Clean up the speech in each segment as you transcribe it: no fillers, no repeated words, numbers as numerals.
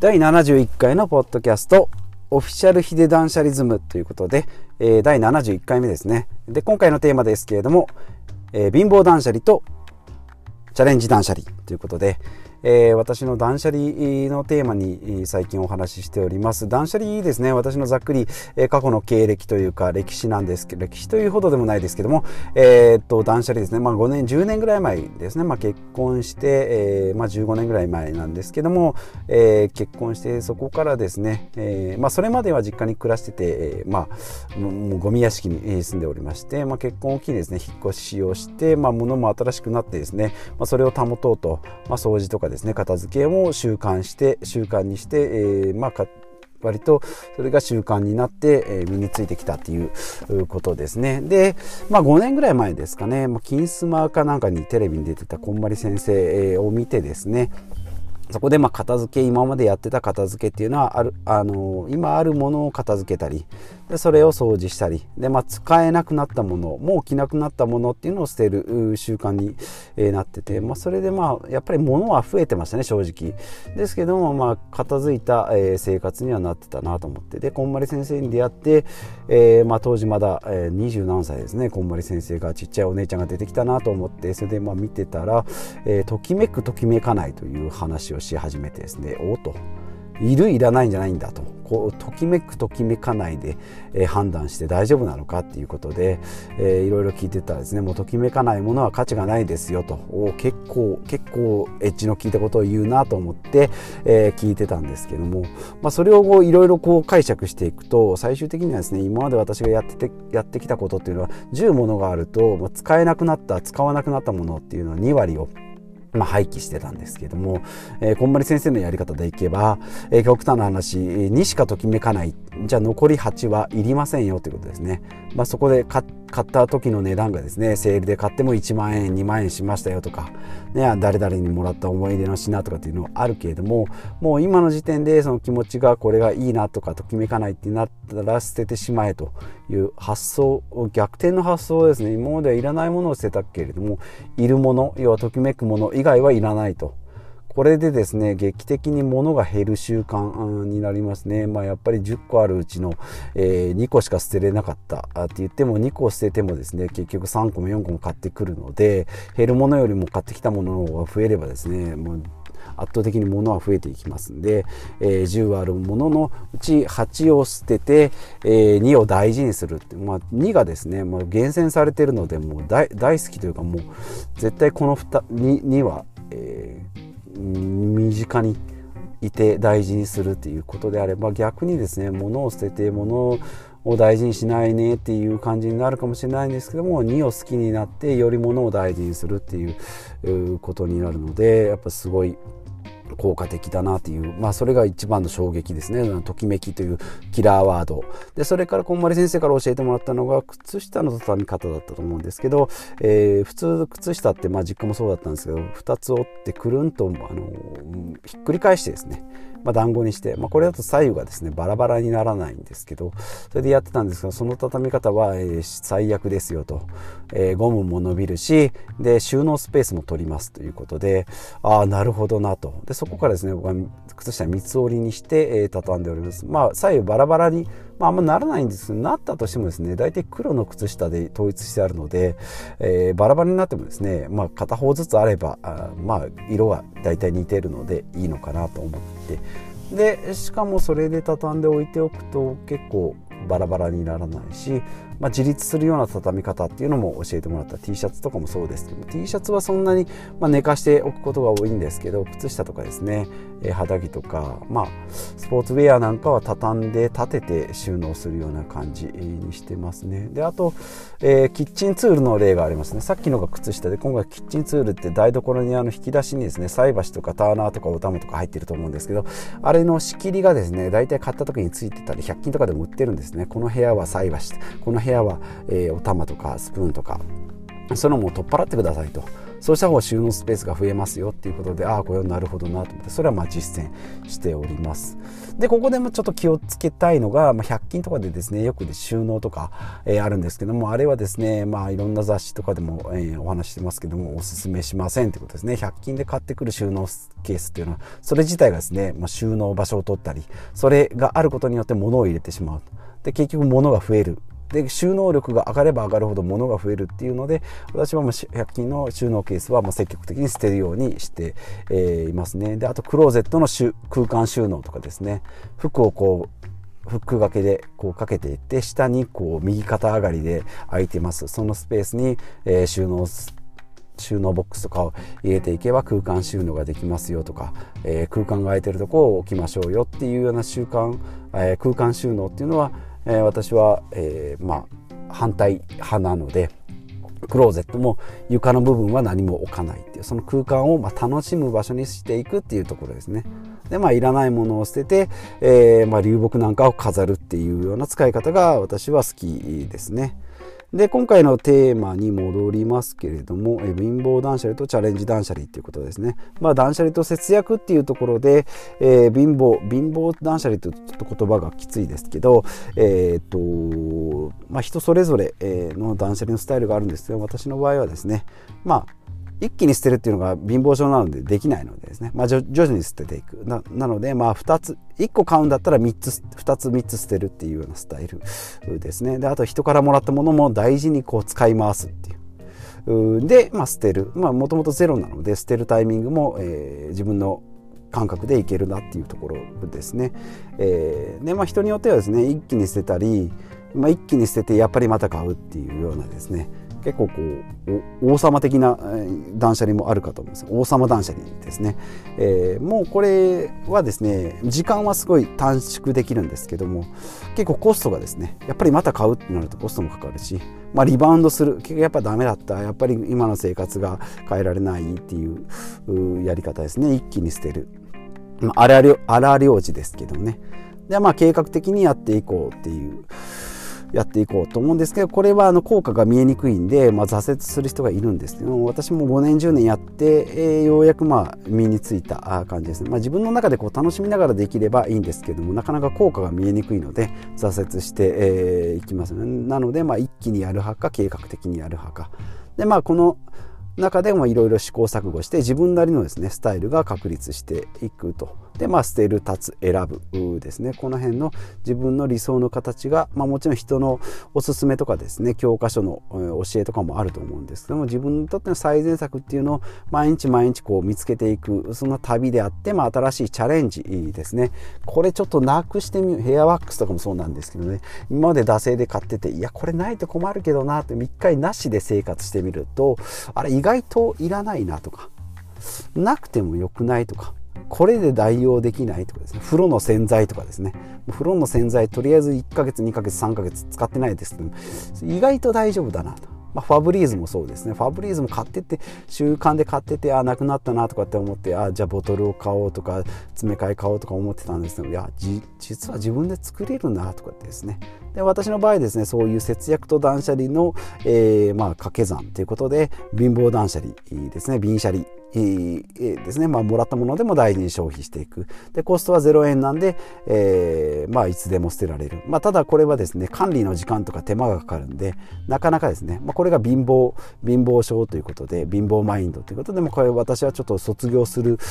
第71回のポッドキャストオフィシャルヒデ断捨リズムということで、第71回目ですね。で、今回のテーマですけれども、貧乏断捨離とチャレンジ断捨離ということで、私の断捨離のテーマに最近お話ししております。断捨離ですね、私のざっくり過去の経歴というか歴史なんですけど、歴史というほどでもないですけども、断捨離ですね、5年10年ぐらい前ですね、結婚して、15年ぐらい前なんですけども、結婚してそこからですね、それまでは実家に暮らしてて、もうゴミ屋敷に住んでおりまして、結婚を機にですね引っ越しをして、物も新しくなってですね、それを保とうと、掃除とかですね、片付けを習慣にして、割とそれが習慣になって、身についてきたっていうことですね。で、5年ぐらい前ですかね、金スマかなんかにテレビに出てたこんまり先生を見てですね、そこで片付け、今までやってた片付けっていうのは今あるものを片付けたりで、それを掃除したりで、使えなくなったもの、もう着なくなったものっていうのを捨てる習慣になってて、それでやっぱり物は増えてましたね、正直ですけども、片付いた生活にはなってたなと思って、でこんまり先生に出会って、当時まだ20何歳ですね、こんまり先生がちっちゃいお姉ちゃんが出てきたなと思って、それで見てたら、ときめくときめかないという話をし始めてですね、いるいらないんじゃないんだと、ときめくときめかないで、判断して大丈夫なのかっていうことで、いろいろ聞いてたらですね、もうときめかないものは価値がないですよと、結構エッジの効いたことを言うなと思って、聞いてたんですけども、それをいろいろ解釈していくと、最終的にはですね、今まで私がやってきたことっていうのは、10ものがあると使わなくなったものっていうのは2割を廃棄してたんですけども、こんまり先生のやり方でいけば、極端な話にしかときめかない、じゃあ残り8はいりませんよということですね。そこで買った時の値段がですね、セールで買っても1万円2万円しましたよとか、誰々にもらった思い出の品とかっていうのはあるけれども、もう今の時点でその気持ちがこれがいいなとかときめかないってなったら捨ててしまえという発想、逆転の発想ですね。今まではいらないものを捨てたけれども、いるもの、要はときめくもの以外はいらないと。これでですね、劇的に物が減る習慣になりますね。やっぱり10個あるうちの、2個しか捨てれなかったって言っても、2個捨ててもですね、結局3個も4個も買ってくるので、減るものよりも買ってきたものの方が増えればですね、もう圧倒的に物は増えていきますんで、10あるもののうち8を捨てて、2を大事にするって、2がですね、厳選されているので、もう大好きというか、もう絶対この 2は、身近にいて大事にするっていうことであれば、逆にですね、物を捨てて物を大事にしないねっていう感じになるかもしれないんですけども、2を好きになってより物を大事にするっていうことになるので、やっぱすごい効果的だなっていう、それが一番の衝撃ですね。ときめきというキラーワードで、それからこんまり先生から教えてもらったのが靴下の畳み方だったと思うんですけど、普通靴下って実家もそうだったんですけど、2つ折ってくるんとひっくり返してですね、団子にして、これだと左右がですねバラバラにならないんですけど、それでやってたんですが、その畳み方は、最悪ですよと、ゴムも伸びるし、で収納スペースも取りますということで、なるほどなと。でそこからですね、僕は靴下三つ折りにして、畳んでおります。左右バラバラに、あんまならないんですけど、なったとしてもですね、大体黒の靴下で統一してあるので、バラバラになってもですね、片方ずつあれば色は大体似てるのでいいのかなと思って、でしかもそれで畳んで置いておくと結構バラバラにならないし、自立するような畳み方っていうのも教えてもらった T シャツとかもそうですけど、 T シャツはそんなに、寝かしておくことが多いんですけど、靴下とかですね、肌着とか、スポーツウェアなんかは畳んで立てて収納するような感じにしてますね。であと、キッチンツールの例がありますね。さっきのが靴下で、今回キッチンツールって台所に引き出しにですね、菜箸とかターナーとかお玉とか入ってると思うんですけど、あれの仕切りがですね、大体買った時についてたり100均とかでも売ってるんですね。この部屋は菜箸、この部屋は、お玉とかスプーンとか、そのもう取っ払ってくださいと。 そうした方が収納スペースが増えますよっていうことで、これはなるほどなと思って、それは実践しております。でここでもちょっと気をつけたいのが、100均とかでですねよく収納とか、あるんですけども、あれはですねいろんな雑誌とかでも、お話してますけども、おすすめしませんということですね。100均で買ってくる収納ケースっていうのは、それ自体がですね、収納場所を取ったり、それがあることによって物を入れてしまう。で結局物が増える。で収納力が上がれば上がるほど物が増えるっていうので、私は100均の収納ケースは積極的に捨てるようにして、いますね。であとクローゼットの空間収納とかですね、服をフック掛けでかけていって、下に右肩上がりで空いてます。そのスペースに、収納ボックスとかを入れていけば空間収納ができますよとか、空間が空いてるところを置きましょうよっていうような空間収納っていうのは、私は、反対派なので、クローゼットも床の部分は何も置かないっていう、その空間を楽しむ場所にしていくっていうところですね。でいらないものを捨てて、流木なんかを飾るっていうような使い方が私は好きですね。で今回のテーマに戻りますけれども、貧乏断捨離とチャレンジ断捨離ということですね。断捨離と節約っていうところで、貧乏断捨離というちょっと言葉がきついですけど、人それぞれの断捨離のスタイルがあるんですけど、私の場合はですね、一気に捨てるっていうのが貧乏症なのでできないのでですね、徐々に捨てていく なので、1個買うんだったら2つ3つ捨てるっていうようなスタイルですね。であと人からもらったものも大事に使い回すっていうで、捨てる、もともとゼロなので捨てるタイミングも、自分の感覚でいけるなっていうところですね。で人によってはですね、一気に捨てたり、一気に捨ててやっぱりまた買うっていうようなですね、結構王様的な断捨離もあるかと思います。王様断捨離ですね。もうこれはですね、時間はすごい短縮できるんですけども、結構コストがですね、やっぱりまた買うってなるとコストもかかるし、リバウンドする、結局やっぱダメだった、やっぱり今の生活が変えられないっていうやり方ですね。一気に捨てる、荒領事ですけどね。で計画的にやっていこうと思うんですけど、これは効果が見えにくいんで、挫折する人がいるんですけど、私も5年10年やって、ようやく身についた感じですね。自分の中で楽しみながらできればいいんですけども、なかなか効果が見えにくいので挫折して、いきますね。なので一気にやる派か計画的にやる派かで、この中でもいろいろ試行錯誤して自分なりのですねスタイルが確立していくと。で捨てる、立つ、選ぶですね、この辺の自分の理想の形が、もちろん人のおすすめとかですね、教科書の教えとかもあると思うんですけども、自分にとっての最善策っていうのを毎日見つけていく、そんな旅であって、新しいチャレンジですね。これちょっとなくしてみる、ヘアワックスとかもそうなんですけどね、今まで惰性で買ってて、いやこれないと困るけどなって一回なしで生活してみると、あれ意外といらないなとか、なくてもよくないとか、これで代用できないとかですね、風呂の洗剤とかですね、風呂の洗剤とりあえず1ヶ月2ヶ月3ヶ月使ってないですけど、意外と大丈夫だなと。ファブリーズもそうですね。ファブリーズも買ってて、習慣で買ってて、なくなったなとかって思って、じゃあボトルを買おうとか詰め替え買おうとか思ってたんですけど、いや実は自分で作れるなとかってですね。で私の場合ですね、そういう節約と断捨離の、掛け算ということで、貧乏断捨離ですね、貧捨離ですね、もらったものでも大事に消費していく。でコストは0円なんで、いつでも捨てられる。ただこれはですね、管理の時間とか手間がかかるんで、なかなかですね、これが貧乏症ということで、貧乏マインドということで、これ私はちょっと卒業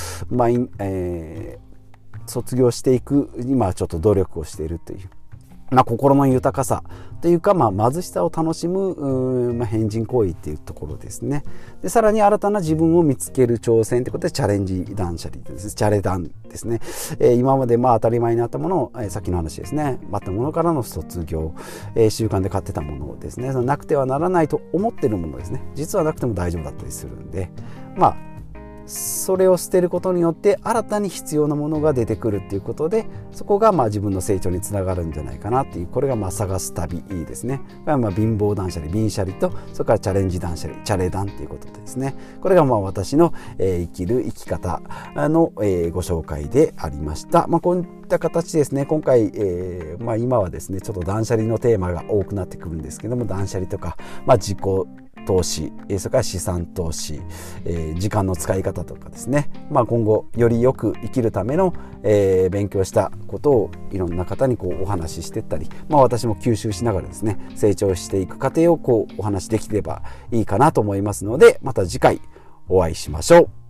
していく今ちょっと努力をしているという。心の豊かさというか、貧しさを楽しむ変人行為っていうところですね。でさらに新たな自分を見つける挑戦ということで、チャレンジ断捨離です。チャレダンですね。今まで当たり前になったものを、さっきの話ですね、あったものからの卒業、習慣で買ってたものをですね、なくてはならないと思ってるものですね、実はなくても大丈夫だったりするんで、それを捨てることによって新たに必要なものが出てくるっていうことで、そこが自分の成長につながるんじゃないかなっていう、これが探す旅ですね。これは貧乏断捨離、貧捨離と、それからチャレンジ断捨離、チャレダンっていうことでですね、これが私の、生きる生き方の、ご紹介でありました。こういった形ですね、今回、今はですねちょっと断捨離のテーマが多くなってくるんですけども、断捨離とか、自己投資、それから資産投資、時間の使い方とかですね、今後よりよく生きるための、勉強したことをいろんな方にお話ししていったり、私も吸収しながらですね、成長していく過程をお話しできればいいかなと思いますので、また次回お会いしましょう。